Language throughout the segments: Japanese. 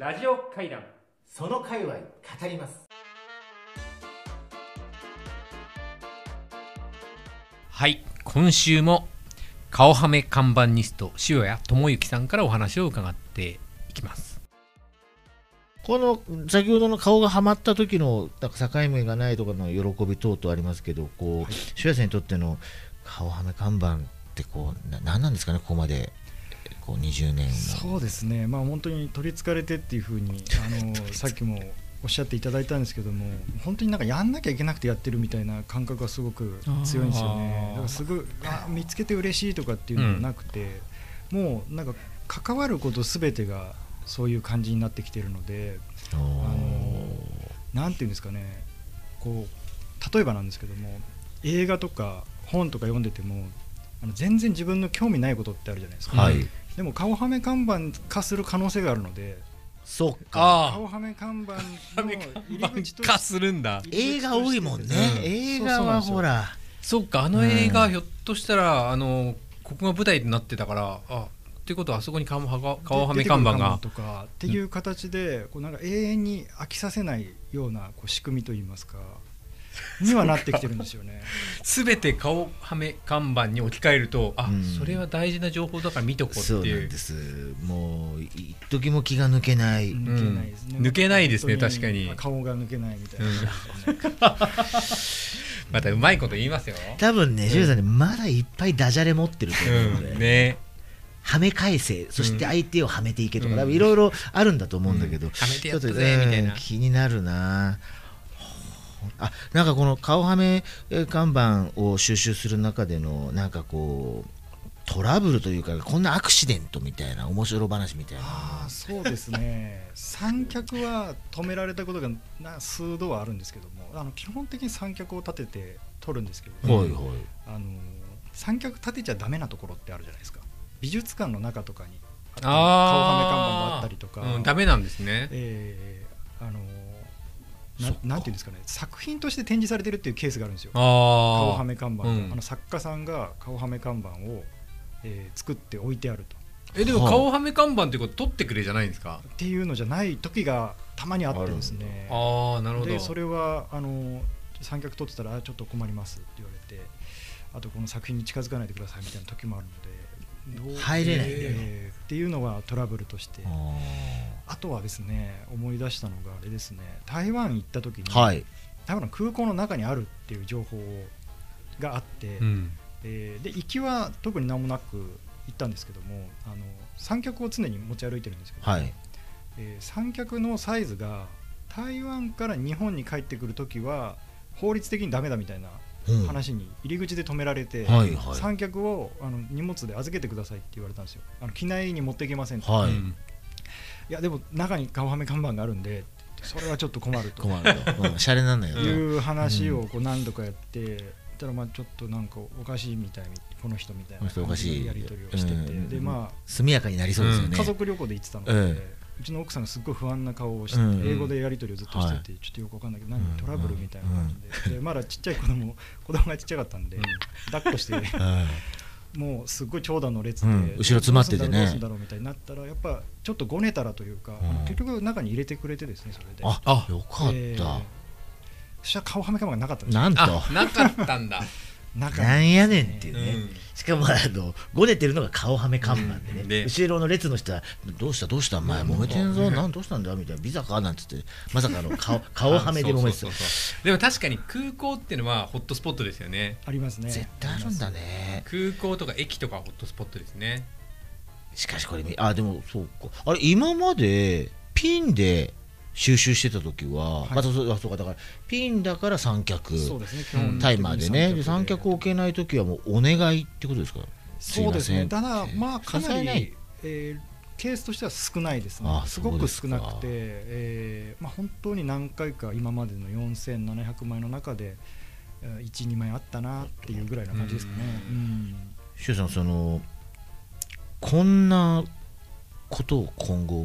ラジオ会談、 その界隈語ります。 はい、今週も顔はめ看板ニスト塩谷智之さんからお話を伺っていきます。 この先ほどの顔がはまった時のなんか境目がないとかの喜び等々ありますけど、こう、はい、塩谷さんにとっての顔はめ看板ってこう何なんですかね、ここまでこう20年も。 そうですね、まあ、本当に取りつかれてっていうふうにさっきもおっしゃっていただいたんですけども、本当になんかやんなきゃいけなくてやってるみたいな感覚がすごく強いんですよね。だからすごい見つけて嬉しいとかっていうのがなくて、もうなんか関わることすべてがそういう感じになってきているので、なんていうんですかね、こう例えばなんですけども、映画とか本とか読んでても全然自分の興味ないことってあるじゃないですか、はい、でも顔はめ看板化する可能性があるので、 そっか、 顔はめ看板の入り口と化するんだ。 映画多いもんね、映画はほら、 そっか、映画ひょっとしたらここが舞台になってたから、っていうことはあそこに顔はめ看板がとかっていう形でこうなんか永遠に飽きさせないようなこう仕組みといいますかにはなってきてるんですよね。 すべて顔はめ看板に置き換えると、それは大事な情報だから見とこうっていう。 そうなんです。もう一時も気が抜けない、 抜けないですね。確かに顔が抜けないみたいな、 またうまいこと言いますよ。 多分ね、ジュウさんね、まだいっぱいダジャレ持ってると思うので、ね、はめ返せ、そして相手をはめていけとか、いろいろあるんだと思うんだけど、 はめてやったぜみたいな、 気になるな。なんかこの顔はめ看板を収集する中でのなんかこうトラブルというか、こんなアクシデントみたいな面白話みたいな。 そうですね、三脚は止められたことが数度はあるんですけども、基本的に三脚を立てて撮るんですけど、はいはい、三脚立てちゃダメなところってあるじゃないですか。美術館の中とかに顔はめ看板があったりとか、 ダメなんですね。 なんていうんですかね、作品として展示されてるっていうケースがあるんですよ。顔はめ看板が、作家さんが顔はめ看板を、作って置いてあると。 でも顔はめ看板ってこと取ってくれじゃないんですかっていうのじゃない時がたまにあってですね。 なるほど。 でそれは三脚取ってたらちょっと困りますって言われて、あとこの作品に近づかないでくださいみたいな時もあるので、 入れないっていうのがトラブルとして。あとはですね、思い出したのがあれですね、台湾行った時に、はい、台湾の空港の中にあるっていう情報があって、で行きは特に何もなく行ったんですけども、三脚を常に持ち歩いてるんですけど、はい、三脚のサイズが台湾から日本に帰ってくる時は法律的にダメだみたいな話に入り口で止められて、三脚を荷物で預けてくださいって言われたんですよ。機内に持っていけませんって、いやでも中に顔はめ看板があるんで、それはちょっと困るとシャレなんだよという話をこう何度かやって、たらちょっとなんかおかしいみたいに、この人みたいな感じのやり取りをしてて、で速やかになりそうですよね。 家族旅行で行ってたので、うちの奥さんがすっごい不安な顔をして、英語でやり取りをずっとしてて、ちょっとよくわかんないけど何トラブルみたいな感じで、まだちっちゃい子供がちっちゃかったんで、抱っこしてもうすごい長蛇の列で、 後ろ詰まっててね、 どうすんだろうみたいになったら、やっぱちょっとごねたらというか、結局中に入れてくれてですね、それで。 よかった。 そしたら顔はめ看板がなかったんですよ。なかったんだ。 なんやねんっていうね、しかもごねてるのが顔はめ看板でね、後ろの列の人はどうしたお前揉めてんぞ、どうしたんだみたいな、ビザかなんつってまさかの顔はめで揉めてた。 でも確かに空港っていうのはホットスポットですよね。 ありますね。 絶対あるんだね。 空港とか駅とかホットスポットですね。 しかしこれでもそうか、あれ今までピンで収集してた時は、そうか、だからピンだから三脚、タイマーでね、三脚を置けない時はもうお願いってことですか。 そうですね。ただかなりケースとしては少ないですね。すごく少なくて、本当に何回か今までの4700枚の中で 1,2 枚あったなっていうぐらいな感じですかね。 周さん、こんなことを今後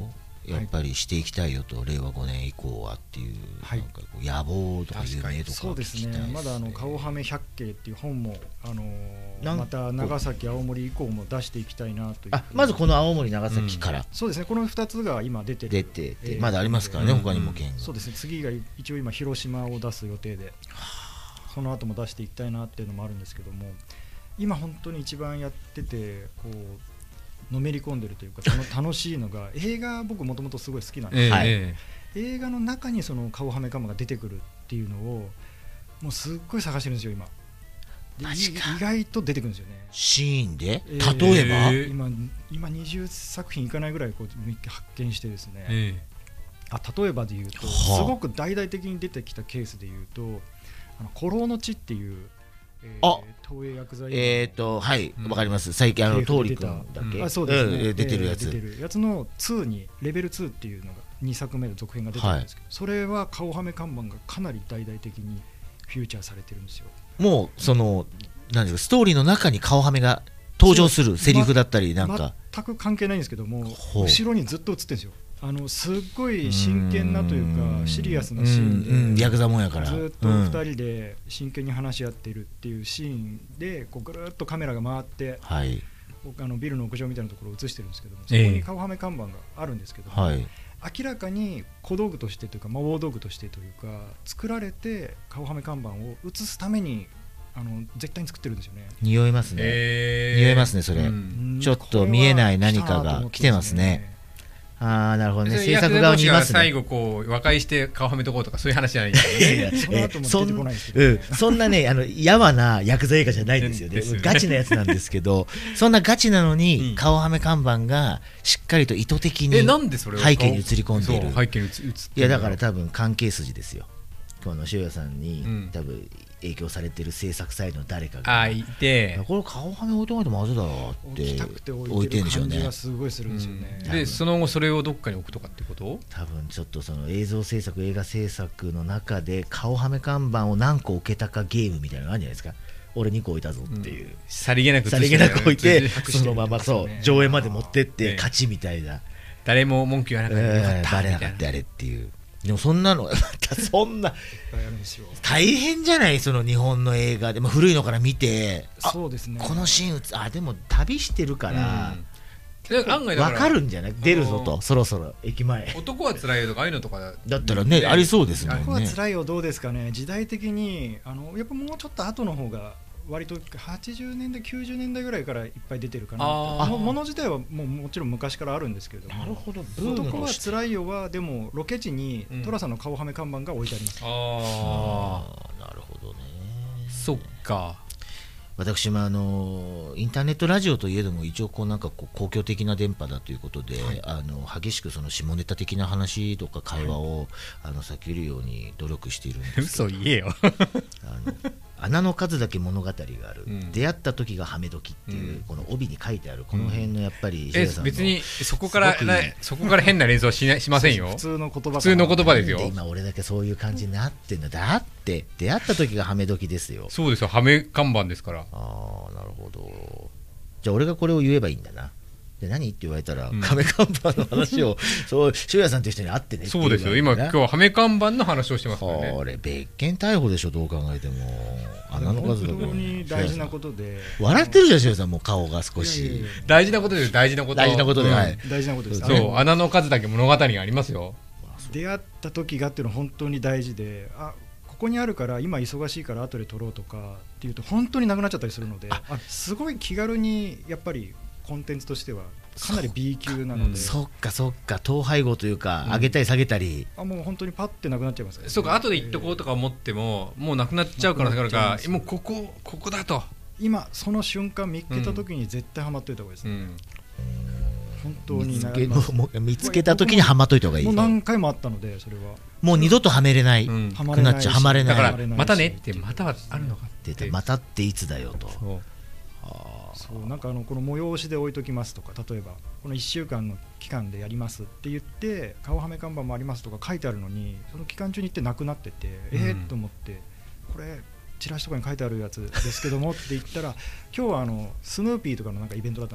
やっぱりしていきたいよと、令和5年以降はっていう、なんかこう野望とか夢とか聞きたいですね。 そうですね。まだ顔はめ百景っていう本もまた長崎青森以降も出していきたいなという。 まずこの青森長崎から、 そうですね。この2つが今出ててまだありますからね、他にも県が。 そうですね。次が一応今広島を出す予定で、その後も出していきたいなっていうのもあるんですけども、今本当に一番やっててこうのめり込んでるというか楽しいのが、映画僕もともとすごい好きなんですけど、映画の中にその顔はめ看板が出てくるっていうのをもうすっごい探してるんですよ今。意外と出てくるんですよね、 シーンで。例えば、 今20作品いかないぐらいこう発見してですね、例えばで言うと、すごく大々的に出てきたケースで言うと古老の地っていう、東映薬剤はい、わかります。最近桃李君だっけ、 そうですね、 出てるやつの2にレベル2っていうのが2作目の続編が出てるんですけど、それは顔はめ看板がかなり大々的にフューチャーされてるんですよ。 もうその何ですか、ストーリーの中に顔はめが登場するセリフだったりなんか全く関係ないんですけども、後ろにずっと映ってるんですよ。すっごい真剣なというかシリアスなシーンで、 ヤクザもんやからずっと2人で真剣に話し合っているっていうシーンで、こうぐるっとカメラが回って、ビルの屋上みたいなところを映してるんですけども、そこに顔はめ看板があるんですけども、明らかに小道具としてというか、大道具としてというか作られて、顔はめ看板を映すために絶対に作ってるんですよね。 匂いますね、匂いますね。それちょっと見えない何かが来てますね。なるほどね。制作側にいますね。 最後こう和解して顔はめとこうとかそういう話じゃないんですよね。 その後も出てこないですけどね。 そんなねやわなヤクザ映画じゃないんですよね。ガチなやつなんですけど、そんなガチなのに顔はめ看板がしっかりと意図的に背景に映り込んでいる。いやだから多分関係筋ですよ。この塩谷さんに多分影響されてる制作サイドの誰かがいて、 これ顔はめ置いておいてまずいだろうって置いてるんでしょうね。 すごいするんですよね。 でその後それをどっかに置くとかってこと？ 多分ちょっとその映像制作映画制作の中で顔はめ看板を何個置けたかゲームみたいなのがあるんじゃないですか。俺2個置いたぞっていう、 さりげなく置いてそのまま上映まで持ってって勝ちみたいな、 誰も文句言わなかったよかったバレなかったやれっていう。でもそんなのそんな大変じゃない。その日本の映画でも古いのから見て、 そうですね、 このシーンでも旅してるから案外分かるんじゃない。出るぞと、そろそろ駅前男はつらいよとかああいうのとかだったらね、ありそうですもんね。 男はつらいよどうですかね。時代的にやっぱもうちょっと後の方が割と80年代90年代ぐらいからいっぱい出てるかな。もの自体はもちろん昔からあるんですけれども。 なるほど。 男はつらいよはでもロケ地に寅さんの顔はめ看板が置いてあります。 なるほどね。 そっか。 私もインターネットラジオといえども一応なんか公共的な電波だということで、激しくその下ネタ的な話とか会話を避けるように努力しているんですけど、 嘘言えよ。 穴の数だけ物語がある、出会った時がハメ時っていう、この帯に書いてあるこの辺のやっぱり別にそこから変な連想しませんよ。 普通の言葉ですよ。 今俺だけそういう感じになってんだ。だって出会った時がハメ時ですよ。 そうですよ、ハメ看板ですから。 なるほど。じゃあ俺がこれを言えばいいんだな。で何って言われたら、ハメ看板の話を塩谷さんという人に会ってね。 そうですよ。今日はハメ看板の話をしてますからね。 これ別件逮捕でしょ、どう考えても。 穴の数だけ。本当に大事なことで。 笑ってるじゃん、塩谷さん。もう顔が少し。 大事なことです。大事なことで。 大事なことです。 そう、穴の数だけ物語がありますよ。 出会った時がっていうのは本当に大事で、ここにあるから今忙しいから後で撮ろうとかっていうと本当になくなっちゃったりするので、すごい気軽にやっぱりコンテンツとしてはかなり B 級なので。 そっか統廃合というか、上げたり下げたり、 もう本当にパッてなくなっちゃいますからね。 そうか、後で行っとこうとか思ってももうなくなっちゃうからだからもうここだと今その瞬間見つけた時に絶対ハマっといた方がいいですね。本当に見つけた時にはまっといた方がいい。 もう何回もあったので、それはもう二度とはめれないくなっちゃう。はまれない。 だからまたねって、またはあるのかって、 またっていつだよと。 そうなんかこの催しで置いときますとか、例えばこの1週間の期間でやりますって言って顔はめ看板もありますとか書いてあるのに、その期間中に行ってなくなってて、と思って、これチラシとかに書いてあるやつですけどもって言ったら、今日はスヌーピーとかのなんかイベントだったんですけども、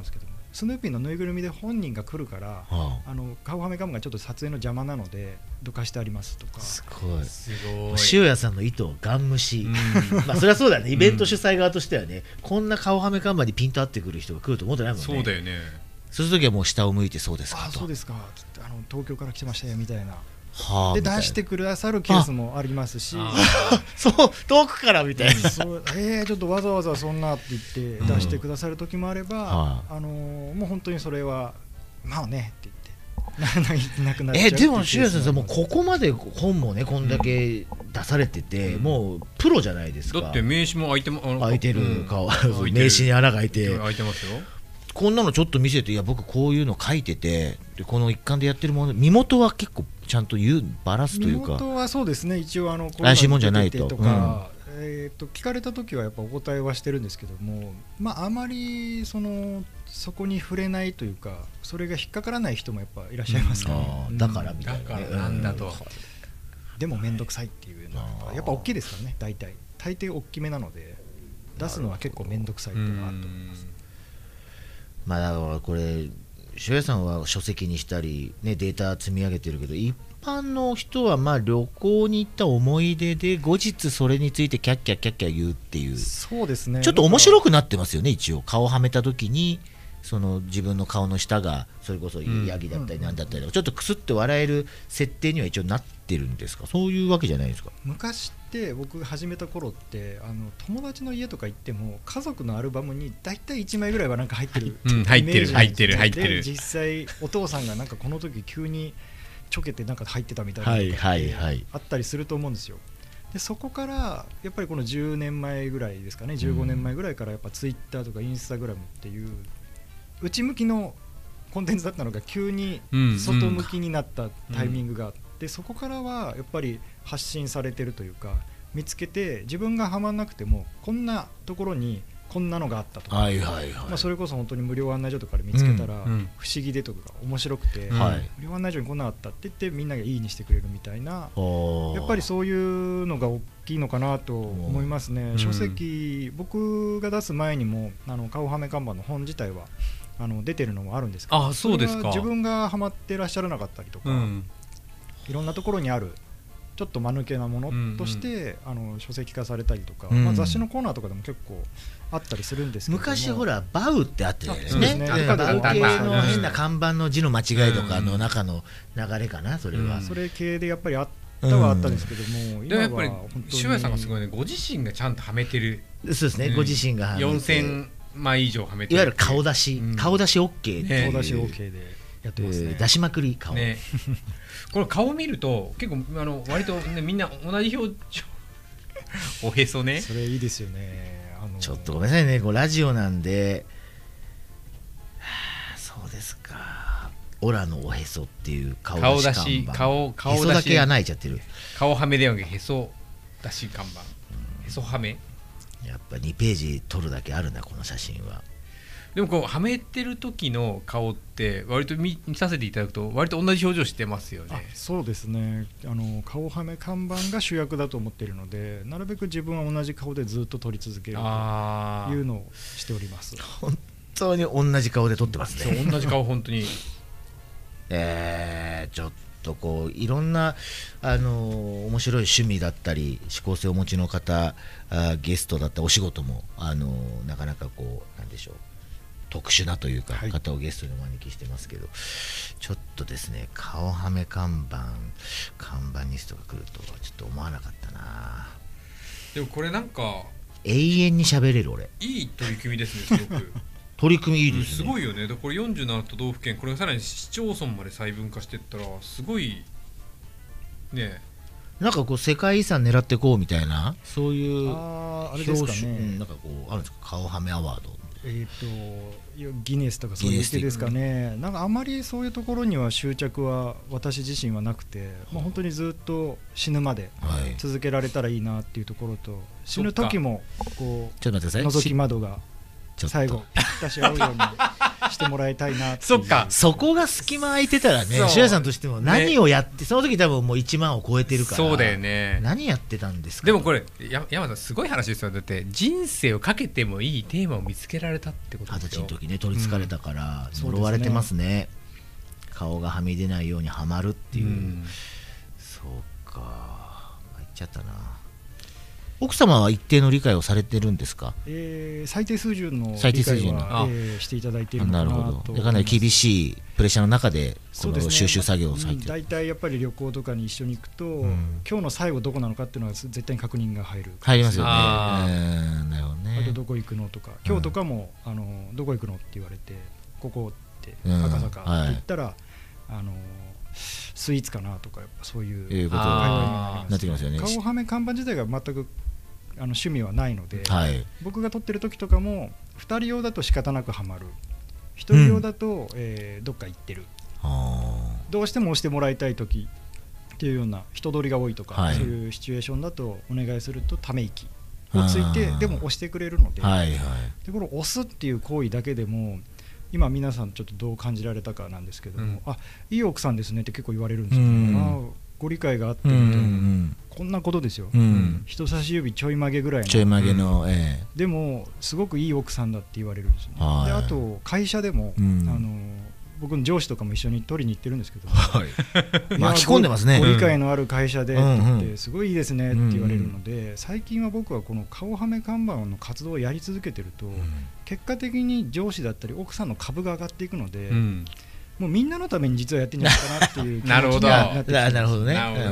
スヌーピーのぬいぐるみで本人が来るから、顔はめ看板がちょっと撮影の邪魔なのでどかしてありますとか。 すごい塩谷さんの意図ガン無視、まあそれはそうだね、イベント主催側としてはね、こんな顔はめ看板にピント合ってくる人が来ると思ってないもんね。 そうだよね。 そういう時はもう下を向いて、そうですかと。 そうですか、東京から来てましたよみたいな。で出してくださるケースもありますし、 そう遠くからみたいな、 ちょっとわざわざそんなって言って出してくださる時もあれば、もう本当にそれはまあねって言ってなくなっちゃう。 でも塩谷さんもうここまで本もねこんだけ出されてて、もうプロじゃないですか。 だって名刺も開いてる顔、名刺に穴が開いて開いてますよ。 こんなのちょっと見せて、いや僕こういうの書いてて、でこの一環でやってるもの、身元は結構ちゃんとバラすというか。 身元はそうですね、一応怪しいもんじゃないとか、聞かれた時はやっぱお答えはしてるんですけども、あまりそこに触れないというか、それが引っかからない人もやっぱいらっしゃいますから、 だからみたいな、 だからなんだと、 でも面倒くさいっていうのはやっぱ大きいですからね。大抵大きめなので出すのは結構面倒くさいっていうのがあると思います。 だからこれ塩谷さんは書籍にしたり、ね、データ積み上げてるけど、一般の人は旅行に行った思い出で後日それについてキャッキャ言うっていう。 そうですね、 ちょっと面白くなってますよね。一応顔をはめた時にその自分の顔の下がそれこそヤギだったりなんだったりとか、ちょっとクスって笑える設定には一応なってるんですか。そういうわけじゃないですか。 昔って僕が始めた頃って友達の家とか行っても家族のアルバムに大体1枚ぐらいはなんか入ってる、 入ってる。 実際お父さんがなんかこの時急にちょけてなんか入ってたみたいなのがあったりすると思うんですよ。でそこからやっぱりこの10年前ぐらいですかね、15年前ぐらいからやっぱツイッターとかインスタグラムっていう内向きのコンテンツだったのが急に外向きになったタイミングがあって、そこからはやっぱり発信されてるというか、見つけて自分がハマんなくてもこんなところにこんなのがあったとか、それこそ本当に無料案内所とかで見つけたら不思議でとか面白くて、無料案内所にこんなのあったって言ってみんながいいにしてくれるみたいな、やっぱりそういうのが大きいのかなと思いますね。書籍僕が出す前にも顔はめ看板の本自体は出てるのもあるんですけど、それは自分がハマってらっしゃらなかったりとか、いろんなところにあるちょっと間抜けなものとして、書籍化されたりとか、雑誌のコーナーとかでも結構あったりするんですけども、 昔ほらバウってあってね、バウ系の変な看板の字の間違いとかの中の流れかな、それは、 それ系でやっぱりあったんですけども、 今はやっぱり塩谷さんがすごいね、ご自身がちゃんとはめてる。 そうですね、ご自身がはめて 4000枚以上はめてる、 いわゆる顔出し OK、 顔出し OK でやってますね。 出しまくり顔、 これ顔見ると結構割と、みんな同じ表情おへそね、 それいいですよね。 ちょっとごめんなさいね、ラジオなんで、そうですか、オラのおへそっていう顔出し看板、へそだけ穴開いちゃってる、 顔はめではなくへそ出し看板、へそはめ、 やっぱ2ページ撮るだけあるなこの写真は。 でもこうはめてる時の顔って割と 見させていただくと割と同じ表情してますよね。 そうですね、顔はめ看板が主役だと思っているので、なるべく自分は同じ顔でずっと撮り続けるというのをしております。 本当に同じ顔で撮ってますね。 そう同じ顔本当にちょっとこういろんな面白い趣味だったり思考性をお持ちの方、ゲストだったりお仕事もなかなかこうなんでしょう、特殊なというか、方をゲストにお招きしてますけど、ちょっとですね、顔はめ看板ニストが来るとはちょっと思わなかったな。 でもこれなんか永遠に喋れる、俺いい取り組みですね、すごく取り組みいいですね、 すごいよね。これ47都道府県、これがさらに市町村まで細分化していったらすごいね。 なんかこう世界遺産狙ってこうみたいな、そういうあれですかね、 なんかこうあるんですか、顔はめアワード、 ギネスとかそういう系ですかね。なんかあまりそういうところには執着は私自身はなくて、本当にずっと死ぬまで続けられたらいいなっていうところと、死ぬ時もこうちょっと待ってください、 覗き窓が最後ぴったし合うようにしてもらいたいなっていう。 そっか、 そこが隙間空いてたらね、シュヤさんとしても何をやって、その時多分もう1万を超えてるから。 そうだよね。 何やってたんですか。 でもこれ山さんすごい話ですよ。だって人生をかけてもいいテーマを見つけられたってことですよ。 20歳の時ね、取りつかれたから呪われてますね。顔がはみ出ないようにはまるっていう、そうか、言っちゃったな。奥様は一定の理解をされてるんですか。 最低水準の理解は、していただいているのかなと思います。 なるほど。かなり厳しいプレッシャーの中でこの収集作業をされてる。 大体やっぱり旅行とかに一緒に行くと、今日の最後どこなのかっていうのは絶対に確認が入る。 入りますよね。 なるほどね。あとどこ行くのとか、今日とかもどこ行くのって言われて、ここって赤坂って言ったら、スイーツかなとか、やっぱそういうことになってきますよね。 顔はめ看板自体が全く趣味はないので、僕が撮ってる時とかも2人用だと仕方なくはまる、1人用だと、どっか行ってる、どうしても押してもらいたい時っていうような人通りが多いとか、そういうシチュエーションだとお願いするとため息をついてでも押してくれるので、でこの押すっていう行為だけでも今皆さんちょっとどう感じられたかなんですけども、いい奥さんですねって結構言われるんですよね。ご理解があってみたいな、こんなことですよ、人差し指ちょい曲げぐらいのちょい曲げの、 でもすごくいい奥さんだって言われるんですよね。であと会社でも、僕の上司とかも一緒に取りに行ってるんですけど、 巻き込んでますね。 ご理解のある会社でって言ってすごいいいですねって言われるので、最近は僕はこの顔はめ看板の活動をやり続けてると、結果的に上司だったり奥さんの株が上がっていくので、もうみんなのために実はやってんじゃないかなっていう気持ちになってきてます。 なるほどね。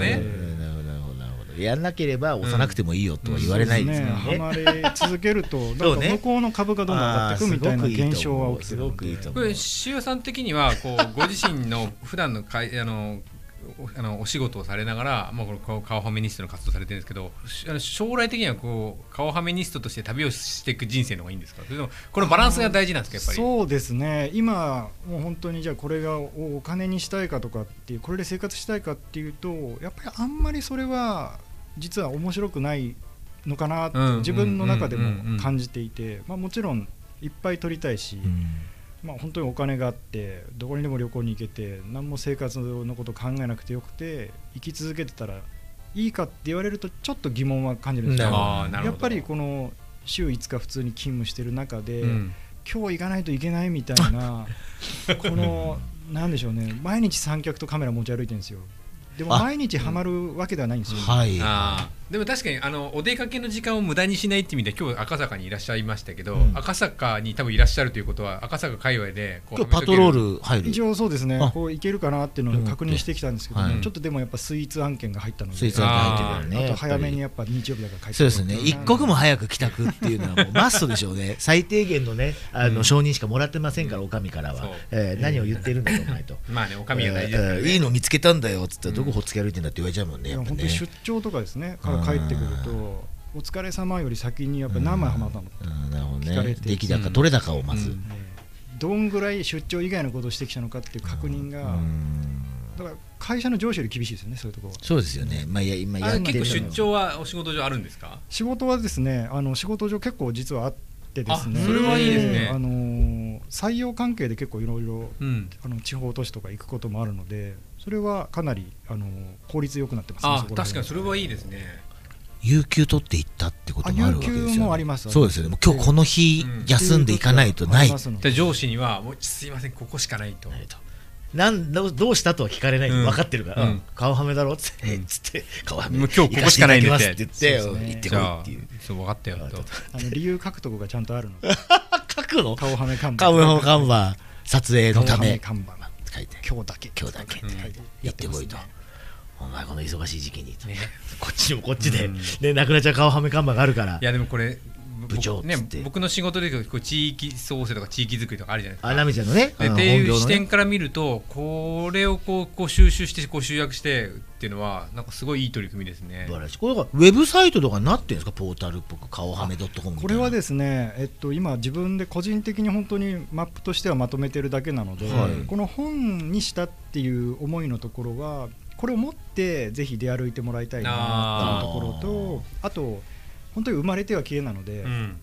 やんなければ押さなくてもいいよとは言われないですね。 はまれ続けるとなんか向こうの株がどんどん上がっていくみたいな現象は起きてるので、 これ塩さん的にはこうご自身の普段のお仕事をされながら、この顔はめニストの活動されてるんですけど、将来的にはこう顔はめニストとして旅をしていく人生の方がいいんですか。それともこのバランスが大事なんですか。やっぱりそうですね。今もう本当にじゃあこれがお金にしたいかとかっていう、これで生活したいかっていうと、やっぱりあんまりそれは実は面白くないのかなって自分の中でも感じていて、もちろんいっぱい撮りたいし、本当にお金があってどこにでも旅行に行けて何も生活のこと考えなくてよくて生き続けてたらいいかって言われるとちょっと疑問は感じるんですけど、やっぱりこの週5日普通に勤務してる中で、今日行かないといけないみたいなこのなんでしょうね、毎日三脚とカメラ持ち歩いてるんですよ。でも毎日ハマるわけではないんですよ。 でも確かにお出かけの時間を無駄にしないって意味で今日赤坂にいらっしゃいましたけど、赤坂に多分いらっしゃるということは赤坂界隈で今日パトロール入る、 一応そうですね、こう行けるかなっていうのを確認してきたんですけど、ちょっとでもやっぱスイーツ案件が入ったので、 スイーツ案件入ってるからね、 あと早めにやっぱ日曜日だから帰ってそうですね、一刻も早く帰宅っていうのはもうマストでしょうね。最低限のね承認しかもらってませんから、お上からは何を言ってるんだろうないと、 お上が大事ですからね。 いいの見つけたんだよっつったらどこほっつき歩いてんだって言われちゃうもんね。 本当に出張とかですねから帰ってくると、お疲れ様より先にやっぱり何枚ハマったのって聞かれて、 出来高取れ高をまずどんぐらい出張以外のことをしてきたのかっていう確認が、だから会社の上司より厳しいですよね、そういうところは。 そうですよね。 結構出張はお仕事上あるんですか。 仕事はですね、仕事上結構実はあってですね、 それはいいですね。 採用関係で結構いろいろ地方都市とか行くこともあるので、それはかなり効率良くなってますね。 確かにそれはいいですね。 有給取っていったってこともあるわけですよね。 有給もあります。 そうですよね。もう今日この日休んでいかないとない。 上司にはもうすいませんここしかないと。 どうしたとは聞かれない、分かってるから、顔はめだろっつって顔はめ今日ここしかないんでって言って行ってこいっていう。 そう分かったよと。 理由書くとこがちゃんとあるので。 書くの？ 顔はめ看板。 顔はめ看板撮影のため看板書いて今日だけ行ってこいと。お前この忙しい時期にこっちもこっちでなくなっちゃう顔はめ看板があるから。 いやでもこれ部長ね、 僕の仕事で地域創生とか地域づくりとかあるじゃないですか。 ラミちゃんのねっていう視点から見ると、これをこう収集して集約してっていうのはなんかすごいいい取り組みですね。 これウェブサイトとかになってるんですか、ポータルっぽく顔はめ .com みたいな。 これはですね、今自分で個人的に本当にマップとしてはまとめてるだけなので、この本にしたっていう思いのところはこれを持ってぜひ出歩いてもらいたいなっていうところと、あと本当に生まれては消えなので、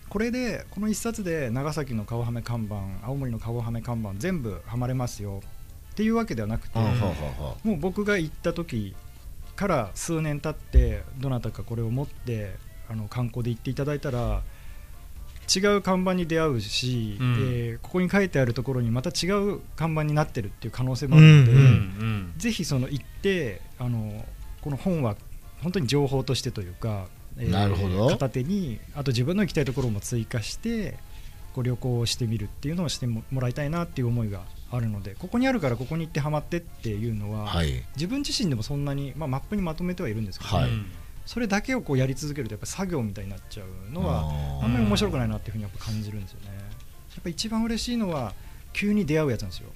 この一冊で長崎の顔はめ看板、青森の顔はめ看板全部はまれますよっていうわけではなくて、もう僕が行った時から数年経ってどなたかこれを持って観光で行っていただいたら違う看板に出会うし、ここに書いてあるところにまた違う看板になってるっていう可能性もあるので、ぜひ行ってこの本は本当に情報としてというか、 なるほど、 片手にあと自分の行きたいところも追加して旅行をしてみるっていうのをしてもらいたいなっていう思いがあるので、ここにあるからここに行ってハマってっていうのは、自分自身でもそんなに、マップにまとめてはいるんですけど、それだけをやり続けるとやっぱ作業みたいになっちゃうのはあんまり面白くないなっていうふうにやっぱ感じるんですよね。やっぱ一番嬉しいのは急に出会うやつなんですよ。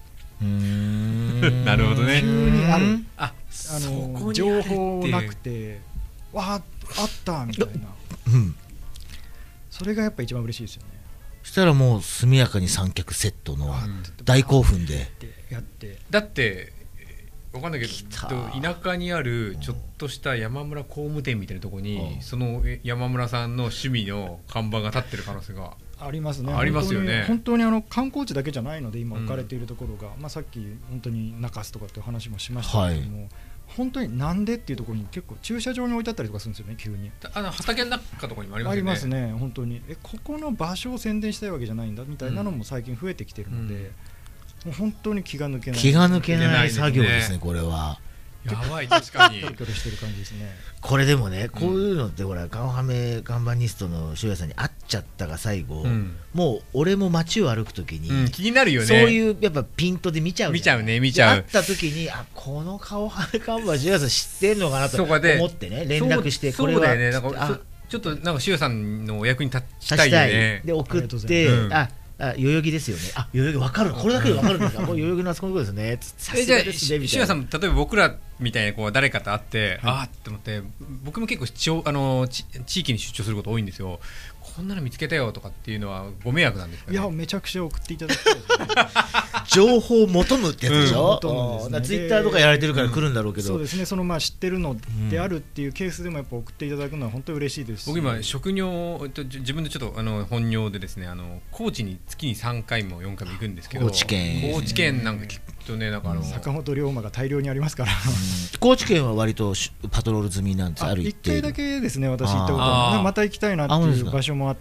なるほどね。 急にある、 そこに情報なくてわあったみたいな、それがやっぱ一番嬉しいですよね。 そしたらもう速やかに三脚セットの大興奮でやって、 だって分かんないけど田舎にあるちょっとした山村工務店みたいなところにその山村さんの趣味の看板が立ってる可能性がありますね。 ありますよね。 本当に観光地だけじゃないので今置かれているところが、さっき本当に中洲とかっていう話もしましたけども、本当になんでっていうところに結構駐車場に置いてあったりとかするんですよね。急に畑の中とかにもありますよね。 ありますね。本当にここの場所を宣伝したいわけじゃないんだみたいなのも最近増えてきてるので、もう本当に気が抜けない作業ですね。これはやばい、確かにキョロキョロしてる感じですね。 これでもね、こういうのってほら顔はめ看板ニストの塩谷さんに会っちゃったが最後、もう俺も街を歩くときに、 気になるよね。 そういうやっぱピントで見ちゃう。 見ちゃう。 会ったときにこの顔はめ看板塩谷さん知ってんのかなと思ってね、連絡してこれはそうだよね。ちょっとなんか塩さんのお役に立ちたいよね。 で送って代々木ですよね。代々木分かる、これだけで分かるんですか。これ代々木のあそこのとこですね。さすがですねみたいな。 塩さん、例えば僕らみたいな誰かと会ってって思って、僕も結構地域に出張すること多いんですよ。こんなの見つけたよとかっていうのはご迷惑なんですかね。 いや、めちゃくちゃ送っていただきたいですね。 情報を求むってやつでしょ。ツイッターとかやられてるから来るんだろうけど、 そうですね。知ってるのであるっていうケースでもやっぱ送っていただくのは本当に嬉しいですし、 僕今職業自分でちょっと本業でですね、高知に月に3回も4回も行くんですけど、 高知県なんか聞くとね、なんか坂本龍馬が大量にありますから、 高知県は割とパトロール済みなんです。 1回だけですね。私行ったことはまた行きたいなっていう場所もあって、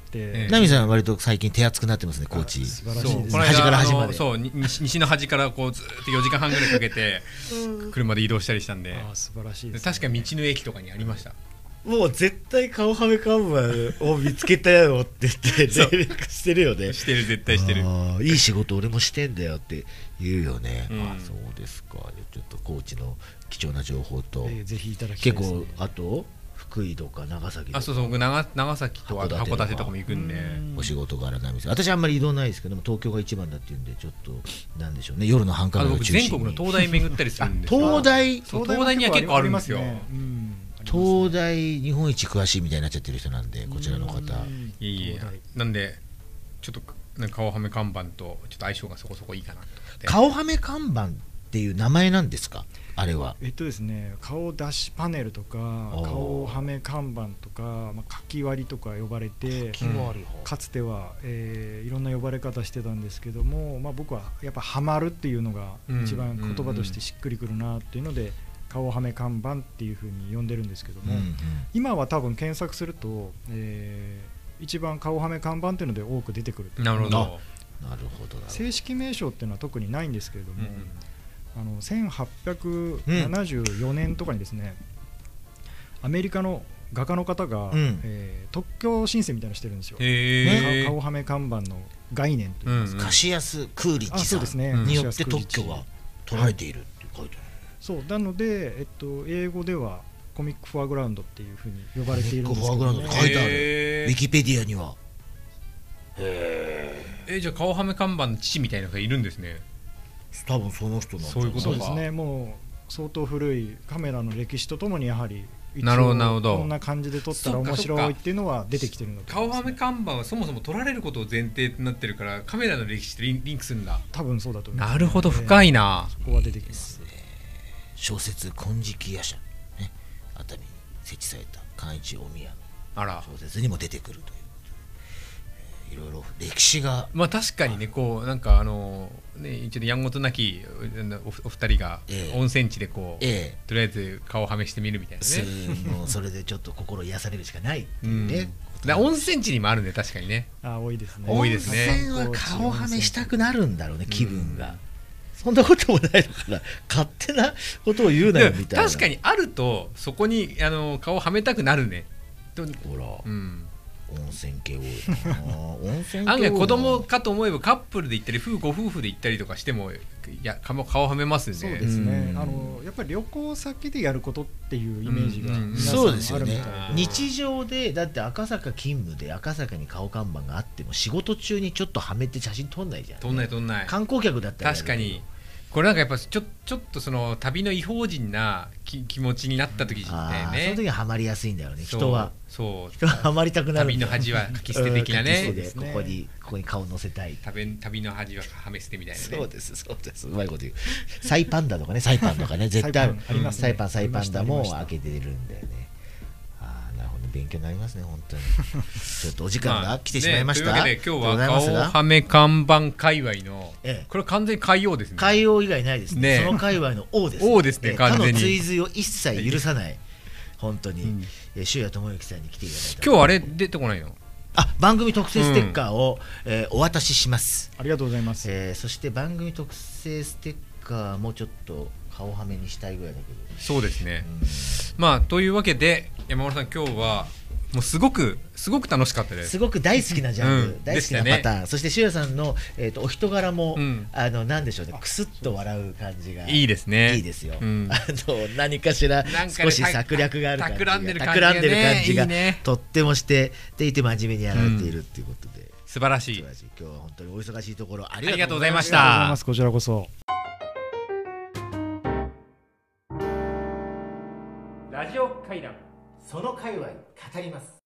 ナミさんは割と最近手厚くなってますね。高知素晴らしいです。 端から端まで。 そう、西の端からずっと4時間半ぐらいかけて車で移動したりしたんで、 素晴らしいです。 確か道の駅とかにありました。 もう絶対顔はめ看板を見つけたよって言って連絡してるよね。 してる、絶対してる。 いい仕事俺もしてんだよって言うよね。そうですか。ちょっと高知の貴重な情報と、 ぜひいただきたいですね。 結構あと福井とか長崎とか、 そう僕長崎と函館とかも行くんで、 お仕事柄なんです。私あんまり移動ないですけども、東京が一番だっていうんで、ちょっとなんでしょうね、夜の繁華街を中心に全国の東大巡ったりするんですよ。 東大には結構あるんですよ。 東大日本一詳しいみたいになっちゃってる人なんで、こちらの方。 なんでちょっと顔はめ看板とちょっと相性がそこそこいいかなと思って。 顔はめ看板っていう名前なんですか、あれは。 ですね、顔出しパネルとか顔はめ看板とか、かき割りとか呼ばれて、かつてはいろんな呼ばれ方してたんですけども、僕はやっぱハマるっていうのが一番言葉としてしっくりくるなっていうので、顔はめ看板っていう風に呼んでるんですけども、今は多分検索すると、一番顔はめ看板っていうので多く出てくる。 なるほど。 正式名称っていうのは特にないんですけれども、1874年とかにですね、アメリカの画家の方が、特許申請みたいなのしてるんですよ。顔はめ看板の概念といいますか、 カシアス・クーリッジさんによって特許が取られているって書いてある。 そうなので、英語ではコミックフォアグラウンドっていうふうに呼ばれているんですけど、 コミックフォアグラウンドって書いてある。ウィキペディアには。 じゃあ顔はめ看板の父みたいな人がいるんですね。 多分その人なんだ。 そういうことか。 そうですね。もう相当古いカメラの歴史とともにやはりなるほど。 こんな感じで撮ったら面白いっていうのは出てきてるので、 顔はめ看板はそもそも撮られることを前提になってるからカメラの歴史とリンクするんだ。 多分そうだと思います。 なるほど、深いな。 そこは出てきます。 小説金色夜叉、熱海に設置された寛一大宮の小説にも出てくるということで、 いろいろ歴史が、 まあ確かにね、こうなんかね、一応やんごとなきお二人が温泉地でこう、とりあえず顔はめしてみるみたいなね、 もうそれでちょっと心癒されるしかないっていうね、 温泉地にもあるね、確かにね。 多いですね。 多いですね。 温泉は顔はめしたくなるんだろうね、気分が。そんなこともないのかな、勝手なことを言うなよみたいな。 確かにあるとそこに顔はめたくなるね。 ほら、温泉系多い温泉系案外子供かと思えばカップルで行ったりご夫婦で行ったりとかしても顔はめますよね。 そうですね、やっぱり旅行先でやることっていうイメージが皆さんあるみたいで、 日常でだって赤坂勤務で赤坂に顔看板があっても仕事中にちょっとはめて写真撮んないじゃん、 撮んない観光客だったら確かにこれなんかやっぱちょっとその旅の異邦人な気持ちになった時だよね。 その時はハマりやすいんだよね、人はハマりたくなる。 旅の恥はかき捨て的なね、 ここに顔乗せたい、 旅の恥ははめ捨てみたいなね。 そうですうまいこと言う。サイパンダとかね、サイパンとかね、絶対ありますね。サイパンダも開けてるんだよね。なるほど、勉強になりますね、本当に。ちょっとお時間が来てしまいました。 というわけで今日は顔はめ看板界隈の、これ完全に海王ですね。 海王以外ないですね。その界隈の王ですね。 王ですね、完全に。 他の追随を一切許さない。本当に周谷智之さんに来ていただいた。 今日あれ出てこないの？ 番組特製ステッカーをお渡しします。 ありがとうございます。 そして番組特製ステッカーもちょっと顔はめにしたいぐらいだけど。 そうですね。まあというわけで山村さん、今日はもうすごく楽しかったです。 すごく大好きなジャンル、大好きなパターン、そして周谷さんのお人柄もなんでしょうね、くすっと笑う感じがいいですね。 いいですよ。何かしら少し策略がある感じが、企んでる感じがとってもしてでいて真面目にやられているっていうことで、 素晴らしい。 今日は本当にお忙しいところありがとうございました。ありがとうございます。こちらこそ。 ラジオ会談、 その界隈語ります。